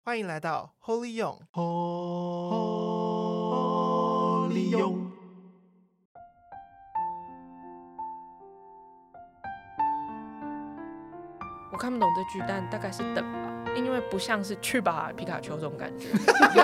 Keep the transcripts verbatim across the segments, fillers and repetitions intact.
欢迎来到 Holy 用 Holy 用。 我看不懂这句，但大概是等吧，因为不像是去吧皮卡丘这种感觉，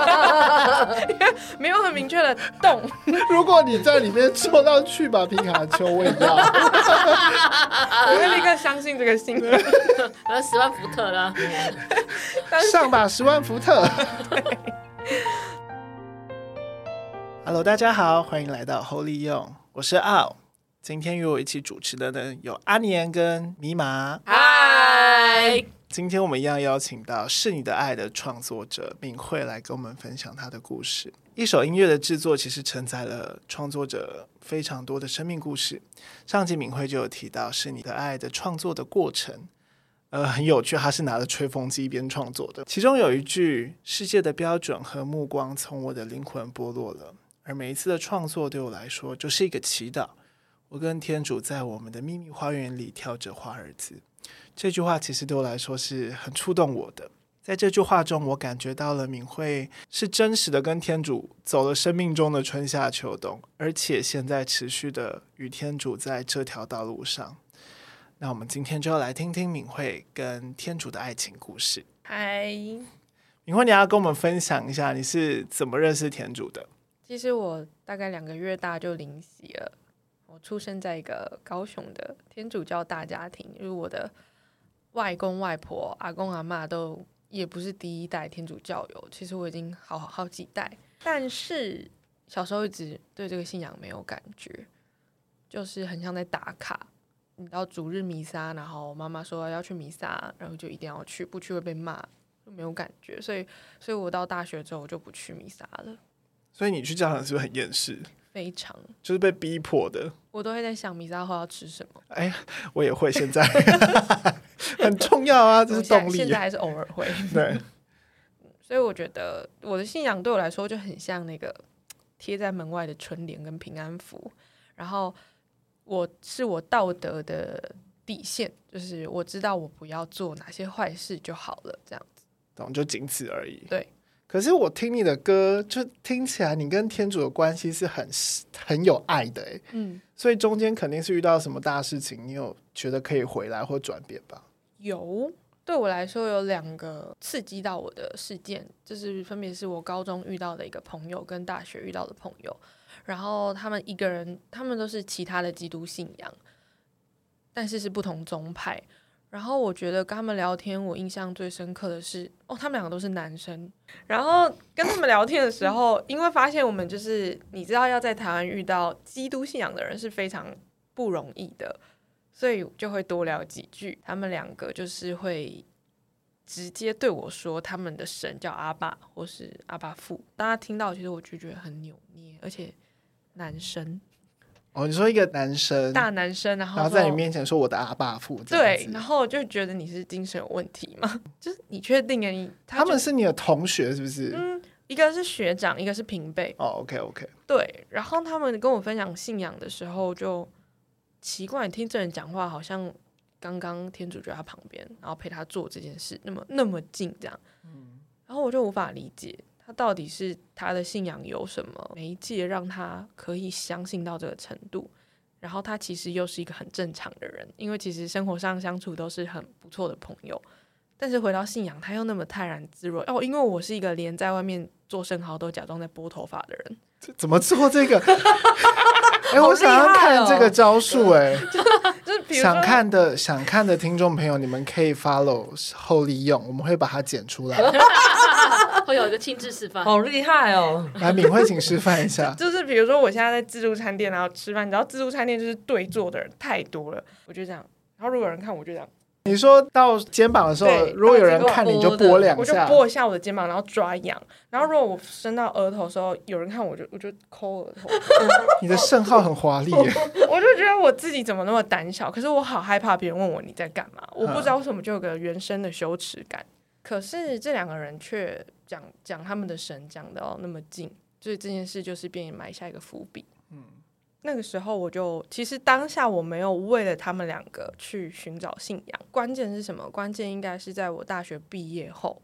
没有很明确的动。 如果你在里面说到去吧皮卡丘，我也要， 我会立刻相信这个新闻。 呃，十万伏特啦， 上吧十万伏特。Hello， 大家好，欢迎来到 Holy 用，我是奥。今天与我一起主持的呢有阿年跟米玛。 嗨， 今天我们一样邀请到是你的爱的创作者敏慧来跟我们分享她的故事。一首音乐的制作其实承载了创作者非常多的生命故事。上集敏慧就有提到是你的爱的创作的过程，呃，很有趣，他是拿着吹风机一边创作的。其中有一句世界的标准和目光从我的灵魂剥落了，而每一次的创作对我来说就是一个祈祷。我跟天主在我们的秘密花园里跳着华尔兹。这句话其实对我来说是很触动我的。在这句话中，我感觉到了敏慧是真实的跟天主走了生命中的春夏秋冬，而且现在持续的与天主在这条道路上。那我们今天就要来听听敏慧跟天主的爱情故事。 嗨， 敏慧，你要跟我们分享一下你是怎么认识天主的？ 其实我大概两个月大就灵洗了。我出生在一个高雄的天主教大家庭，就是我的外公外婆、阿公阿嬷都也不是第一代天主教友，其实我已经好好几代，但是小时候一直对这个信仰没有感觉，就是很像在打卡。你到主日弥撒，然后妈妈说要去弥撒，然后就一定要去，不去会被骂，就没有感觉。所以，所以我到大学之后我就不去弥撒了。 所以你去教堂是不是很厌世？ 非常， 就是被逼迫的。 我都会在想弥撒后要吃什么。 哎，我也会，现在很重要啊，这是动力。 现在还是偶尔会。 对， 所以我觉得我的信仰对我来说就很像那个贴在门外的春联跟平安符，然后我是我道德的底线，就是我知道我不要做哪些坏事就好了，这样子。 懂，就仅此而已。 对。 可是我听你的歌，就听起来你跟天主的关系是很很有爱的，哎，嗯，所以中间肯定是遇到什么大事情，你有觉得可以回来或转变吧？ 有，对我来说有两个刺激到我的事件，就是分别是我高中遇到的一个朋友跟大学遇到的朋友，然后他们一个人，他们都是其他的基督信仰，但是是不同宗派。然后我觉得跟他们聊天，我印象最深刻的是，哦，他们两个都是男生。然后跟他们聊天的时候，因为发现我们就是你知道要在台湾遇到基督信仰的人是非常不容易的，所以就会多聊几句。他们两个就是会直接对我说他们的神叫阿爸或是阿爸父，大家听到其实我就觉得很扭捏，而且男生。 哦，你说一个男生， 大男生，然后然后在你面前说我的阿爸父， 对，然后我就觉得你是精神有问题嘛？就是你确定啊？你 他, 他们是你的同学是不是？ 嗯，一个是学长，一个是平辈。 哦 ，OK OK， 对，然后他们跟我分享信仰的时候，就奇怪，你听这人讲话，好像刚刚天主就在他旁边，然后陪他做这件事，那么那么近这样。嗯，然后我就无法理解。他到底是他的信仰有什么媒介让他可以相信到这个程度？然后他其实又是一个很正常的人，因为其实生活上相处都是很不错的朋友，但是回到信仰他又那么泰然自若。哦，因为我是一个连在外面做生蚝都假装在拨头发的人。 怎么做这个？哎、我想要看这个招数哎、欸， 就是比如说想看的想看的听众朋友，你们可以 follow 后利用，我们会把它剪出来， 会有一个亲自示范， 好厉害哦！ 来，敏慧请示范一下。 就是比如说我现在在自助餐店然后吃饭，你知道自助餐店就是对坐的人太多了，我就这样，然后如果有人看我就这样。 你说到肩膀的时候，如果有人看你就拨两下， 我就拨一下我的肩膀，然后抓痒。然后如果我伸到额头的时候，有人看我就我就抠额头。 你的圣号很华丽耶。 我就觉得我自己怎么那么胆小，可是我好害怕别人问我你在干嘛，我不知道为什么就有个原生的羞耻感。可是这两个人却讲讲他们的神讲到那么近，所以这件事就是便埋下一个伏笔。嗯。那个时候我就其实当下我没有为了他们两个去寻找信仰，关键是什么？关键应该是在我大学毕业后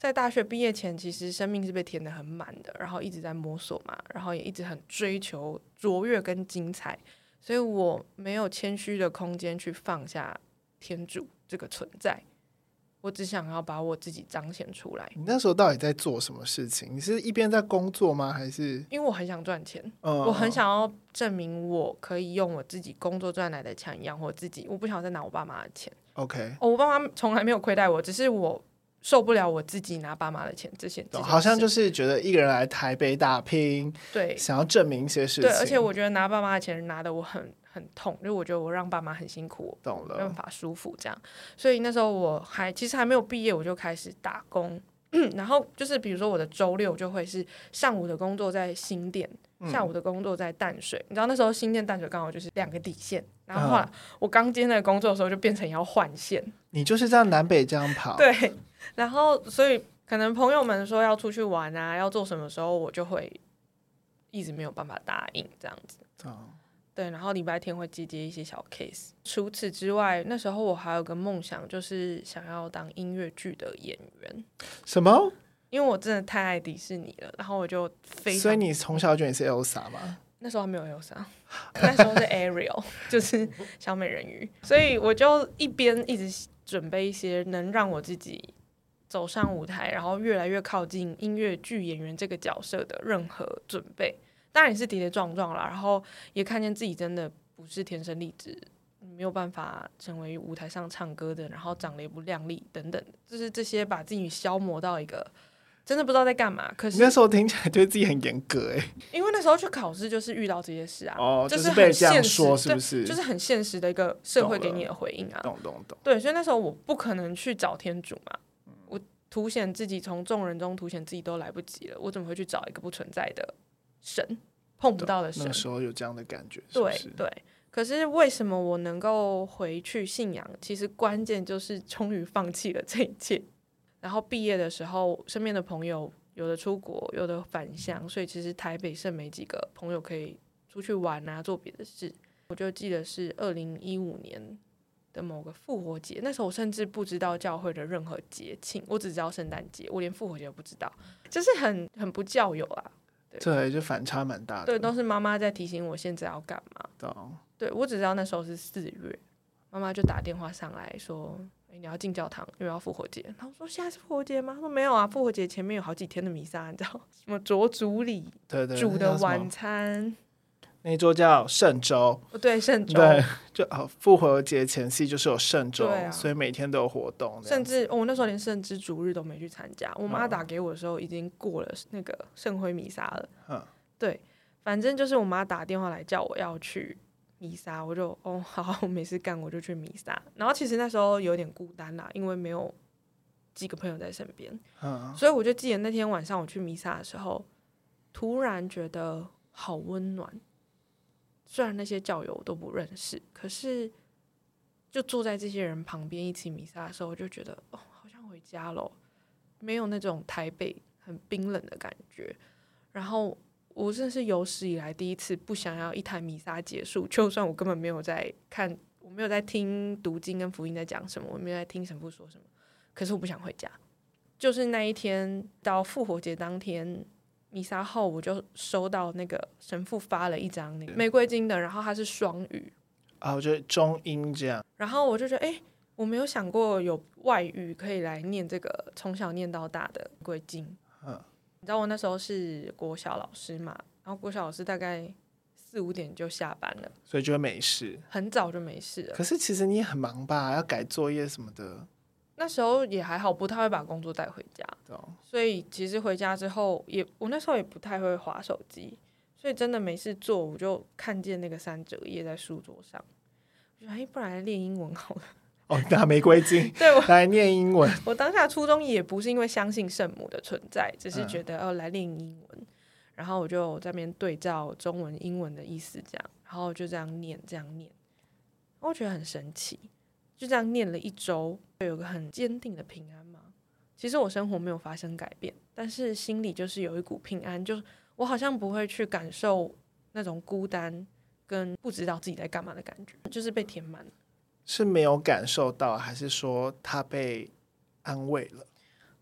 在大学毕业前，其实生命是被填得很满的，然后一直在摸索嘛，然后也一直很追求卓越跟精彩，所以我没有谦虚的空间去放下天主这个存在，我只想要把我自己彰显出来。 你那时候到底在做什么事情？你是一边在工作吗？还是因为我很想赚钱、 嗯、 我很想要证明我可以用我自己工作赚来的钱养活自己，我不想再拿我爸妈的钱。 OK、 哦、我爸妈从来没有亏待我，只是我受不了我自己拿爸妈的钱，这些好像就是觉得一个人来台北打拼， 对， 想要证明一些事情。 对，而且我觉得拿爸妈的钱拿的我很很痛，就我觉得我让爸妈很辛苦， 懂了， 没办法舒服这样。所以那时候我还其实还没有毕业，我就开始打工。然后就是比如说我的周六就会是上午的工作在新店，下午的工作在淡水、嗯、你知道那时候新店淡水刚好就是两个底线，然后后来我刚接那个工作的时候就变成要换线。 你就是这样南北这样跑？ 对，然后所以可能朋友们说要出去玩啊，要做什么时候，我就会一直没有办法答应这样子、哦、对，然后礼拜天会接接一些小 case。 除此之外，那时候我还有个梦想，就是想要当音乐剧的演员。 什么？ 因为我真的太爱迪士尼了，然后我就非常…… 所以你从小觉得你是 Elsa 吗？ 那时候还没有 Elsa， 那时候是 Ariel 就是小美人鱼。所以我就一边一直准备一些能让我自己走上舞台，然后越来越靠近音乐剧演员这个角色的任何准备。当然也是跌跌撞撞啦，然后也看见自己真的不是天生丽质，没有办法成为舞台上唱歌的，然后长得也不靓丽等等，就是这些把自己消磨到一个真的不知道在干嘛。可是你那时候听起来对自己很严格哎、欸， 因为那时候去考试就是遇到这些事啊， 哦， 就是被这样说是不是？ 就是很现实的一个社会给你的回应啊。 懂懂懂。 对，所以那时候我不可能去找天主嘛，我凸显自己，从众人中凸显自己都来不及了，我怎么会去找一个不存在的神，碰不到的神？ 那时候有这样的感觉是不是？ 对对。可是为什么我能够回去信仰？其实关键就是终于放弃了这一切。然后毕业的时候，身边的朋友有的出国，有的返乡，所以其实台北剩没几个朋友可以出去玩啊，做别的事。我就记得是二零一五年的某个复活节，那时候我甚至不知道教会的任何节庆，我只知道圣诞节，我连复活节都不知道，就是很很不教友啊。对， 对，就反差蛮大的。 对，都是妈妈在提醒我现在要干嘛。 懂。 对，我只知道那时候是四月，妈妈就打电话上来说：“欸、你要进教堂，因为要复活节。”然后我说：“现在是复活节吗？”他说：“没有啊，复活节前面有好几天的弥撒，你知道什么着主礼， 对对， 主的晚餐， 那一周叫圣周， 对，圣周， 对，就哦，复活节前夕就是有圣周、 啊， 所以每天都有活动， 甚至我、哦、那时候连圣之主日都没去参加。我妈打给我的时候，已经过了那个圣灰弥撒了。嗯，对，反正就是我妈打电话来叫我要去弥撒，我就哦好，我没事干，我就去弥撒。然后其实那时候有点孤单啦，因为没有几个朋友在身边。嗯，所以我就记得那天晚上我去弥撒的时候，突然觉得好温暖。虽然那些教友我都不认识，可是就坐在这些人旁边一起弥撒的时候，我就觉得哦，好像回家了，没有那种台北很冰冷的感觉。然后我真的是有史以来第一次不想要一台弥撒结束，就算我根本没有在看，我没有在听读经跟福音在讲什么，我没有在听神父说什么，可是我不想回家。就是那一天到复活节当天弥撒后，我就收到那个神父发了一张那个玫瑰金的，然后它是双语啊，我觉得中英这样， 然后我就觉得哎、欸，我没有想过有外语可以来念这个从小念到大的玫瑰金。嗯，你知道我那时候是国小老师嘛，然后国小老师大概四五点就下班了， 所以就会没事， 很早就没事了。 可是其实你也很忙吧，要改作业什么的。 那时候也还好，不太会把工作带回家，所以其实回家之后也，我那时候也不太会滑手机，所以真的没事做，我就看见那个三折页在书桌上，我就说哎，不然来练英文好了。 哦，拿玫瑰金对，我来念英文。 我当下初衷也不是因为相信圣母的存在，只是觉得、嗯、哦来练英文，然后我就在那边对照中文英文的意思这样，然后就这样念这样念，我觉得很神奇。就这样念了一周，有个很坚定的平安嘛。其实我生活没有发生改变，但是心里就是有一股平安，就我好像不会去感受那种孤单跟不知道自己在干嘛的感觉，就是被填满。 是没有感受到，还是说他被安慰了？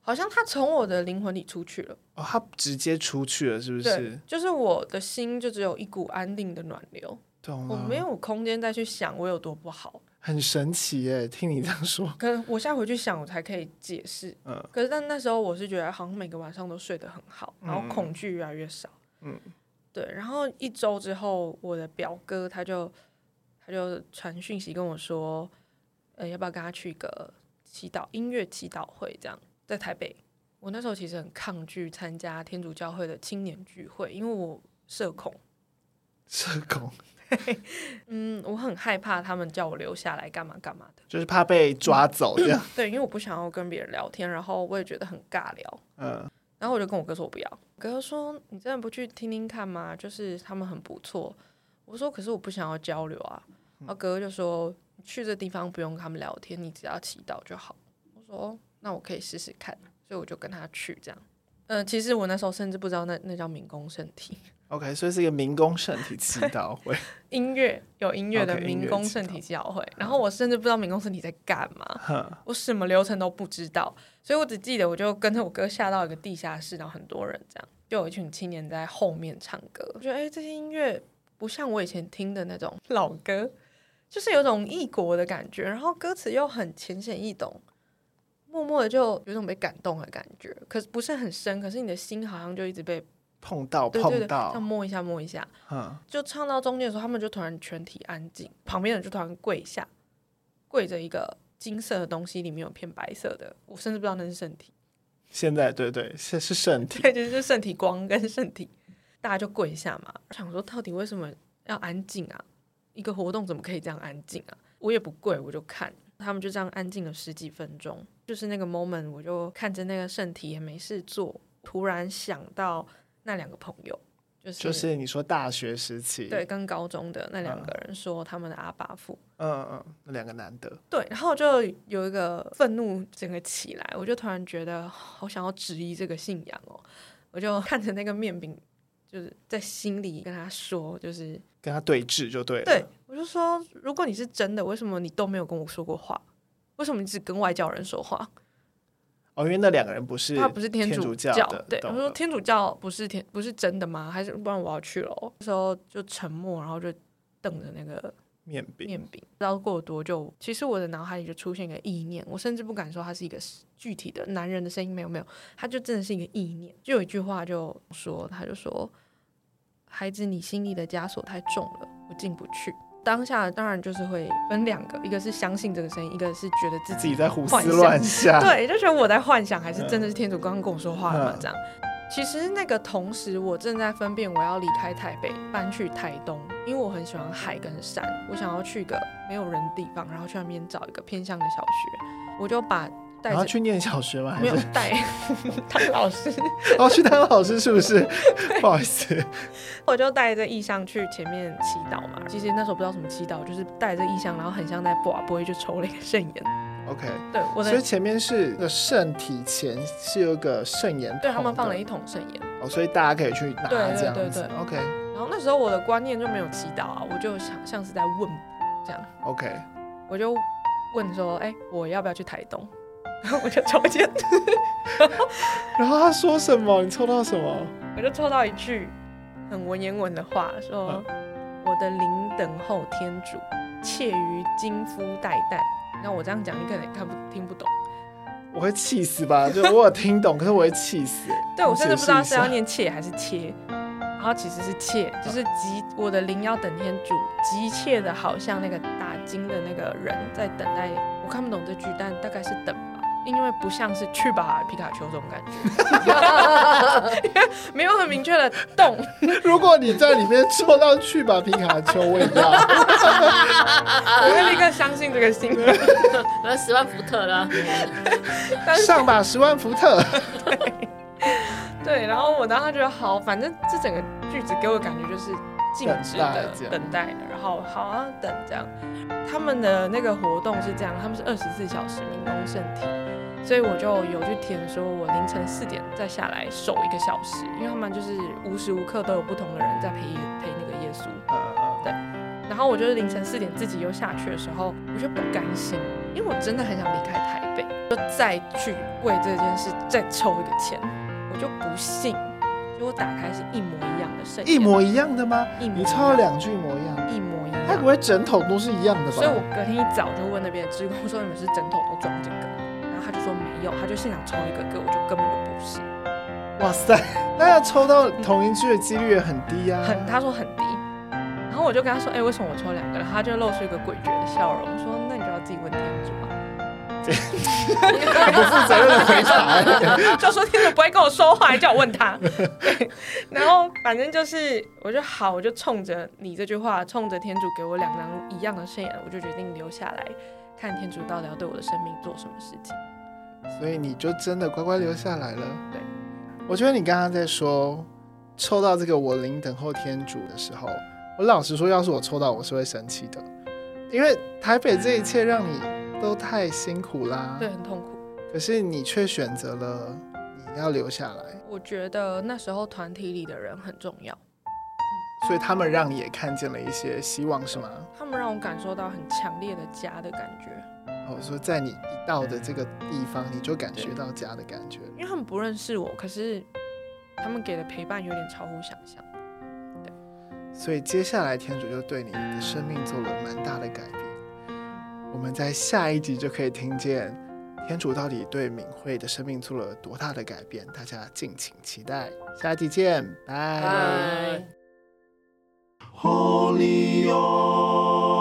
好像他从我的灵魂里出去了。 哦，他直接出去了，是不对， 是？ 就是我的心就只有一股安定的暖流， 懂了， 我没有空间再去想我有多不好。 很神奇耶，听你这样说。 可能我现在回去想，我才可以解释。嗯，可是但那时候我是觉得好像每个晚上都睡得很好，然后恐惧越来越少。嗯，对。然后一周之后，我的表哥他就他就传讯息跟我说，呃，要不要跟他去一个祈祷音乐祈祷会？这样在台北。我那时候其实很抗拒参加天主教会的青年聚会，因为我社恐。 社恐。 嗯，我很害怕他们叫我留下来干嘛干嘛的， 就是怕被抓走这样。 对，因为我不想要跟别人聊天，然后我也觉得很尬聊。嗯，然后我就跟我哥说我不要。我哥说你真的不去听听看吗？就是他们很不错。我说可是我不想要交流啊。然后哥哥就说你去这地方不用跟他们聊天，你只要祈祷就好。我说那我可以试试看，所以我就跟他去这样。嗯、呃，其实我那时候甚至不知道那那叫民工圣体。 OK， 所以是一个民工圣体祈祷会， 音乐有音乐的民工圣体祈祷会。Okay, 然后我甚至不知道民工圣体在干嘛，嗯、我什么流程都不知道，所以我只记得我就跟着我哥下到一个地下室，然后很多人这样，就有一群青年在后面唱歌。我觉得哎、欸，这些音乐不像我以前听的那种老歌，就是有种异国的感觉，然后歌词又很浅显易懂，默默的就有种被感动的感觉，可是不是很深，可是你的心好像就一直被碰到对对对碰到， 像摸一下摸一下，嗯，就唱到中间的时候，他们就突然全体安静，旁边人就突然跪下，跪着一个金色的东西，里面有片白色的，我甚至不知道那是圣体。 现在对对是是圣体， 对，就是圣体光跟圣体，大家就跪下嘛。我想说，到底为什么要安静啊？一个活动怎么可以这样安静啊？我也不跪，我就看他们就这样安静了十几分钟，就是那个 moment， 我就看着那个圣体也没事做，突然想到。那两个朋友，就是就是你说大学时期对跟高中的那两个人说他们的阿爸父， 嗯嗯，那两个男的， 对，然后就有一个愤怒整个起来，我就突然觉得好想要质疑这个信仰哦，我就看着那个面饼，就是在心里跟他说，就是跟他对峙就对了， 对，我就说如果你是真的，为什么你都没有跟我说过话？为什么你只跟外教人说话？ 哦，因为那两个人不是他不是天主教的，对，我说天主教不是天不是真的吗？还是不然我要去了？那时候就沉默，然后就瞪着那个面饼， 面饼，不知道过了多久，其实我的脑海里就出现一个意念，我甚至不敢说它是一个具体的男人的声音，没有没有，它就真的是一个意念。就有一句话就说，他就说：“孩子，你心里的枷锁太重了，我进不去。”当下当然就是会分两个，一个是相信这个声音，一个是觉得自己自己在胡思乱想， 对，就觉得我在幻想，还是真的是天主刚刚跟我说话了嘛？这样。其实那个同时，我正在分辨我要离开台北，搬去台东，因为我很喜欢海跟山，我想要去一个没有人的地方，然后去那边找一个偏乡的小学，我就把。 然后去念小学吗？ 没有带当老师。 哦，去当老师是不是？不好意思， 我就带着意象去前面祈祷嘛。其实那时候不知道什么祈祷，就是带着意象，然后很像在卜卜就抽了一个圣言。 OK， 对，我的所以前面是个圣体前是有个圣言筒， 对他们放了一桶圣言。 哦，所以大家可以去拿这样子。 对对对对 OK。 然后那时候我的观念就没有祈祷啊，我就想像是在问这样。 OK， 我就问说，哎、欸，我要不要去台东？然后我就抽签， 然后他说什么？你抽到什么？ 我就抽到一句很文言文的话，说、嗯、我的灵等候天主，妾于金夫待旦。那我这样讲，你可能也看不听不懂。 我会气死吧？就我有听懂，可是我会气死。 对，我甚至不知道是要念妾还是切，然后其实是妾，就是急我的灵要等天主，急切的，好像那个打金的那个人在等待。我看不懂这句，但大概是等吧。因为不像是去吧皮卡丘这种感觉，因为没有很明确的动。 如果你在里面抽到去吧皮卡丘，我也要， 我会立刻相信这个信。 我要十万伏特了， 上吧十万伏特。 对, 对，然后我当时觉得好，反正这整个句子给我感觉就是静止的等待的，然后好啊等这样。他们的那个活动是这样，他们是二十四小时民工圣体，所以我就有去填说我凌晨四点再下来守一个小时，因为他们就是无时无刻都有不同的人在陪陪那个耶稣，对。然后我就是凌晨四点自己又下去的时候，我就不甘心， 因为我真的很想离开台北，就再去为这件事再抽一个签，我就不信，结果打开是一模一样的圣言， 一模一样的吗？ 一模一样， 你抽了两句一模一样， 一模一样， 该不会整桶都是一样的吧？ 所以我隔天一早就问那边的职工说，你们是整桶都装这个？然后他就说没有，他就现场抽一个给我，就根本就不是。 哇塞，那要抽到同一句的几率也很低啊。 很，他说很低。然后我就跟他说，哎、欸，为什么我抽两个？然后他就露出一个诡谲的笑容，说那你就要自己问天主啊。 不负责任的回答， 就说天主不会跟我说话，还叫我问他。然后反正就是，我就好，我就冲着你这句话，冲着天主给我两张一样的圣言，我就决定留下来，看天主到底要对我的生命做什么事情。 所以你就真的乖乖留下来了。 对， 我觉得你刚刚在说抽到这个我灵等候天主的时候，我老实说，要是我抽到，我是会生气的，因为台北这一切让你都太辛苦啦， 对，很痛苦。 可是你却选择了你要留下来。 我觉得那时候团体里的人很重要， 所以他们让你也看见了一些希望，是吗？ 他们让我感受到很强烈的家的感觉。 哦，说在你一到的这个地方，你就感觉到家的感觉。 因为他们不认识我，可是他们给的陪伴有点超乎想象。对， 所以接下来天主就对你的生命做了蛮大的改变。我们在下一集就可以听见天主到底对敏慧的生命做了多大的改变，大家敬请期待。下一集见，拜拜。 Holy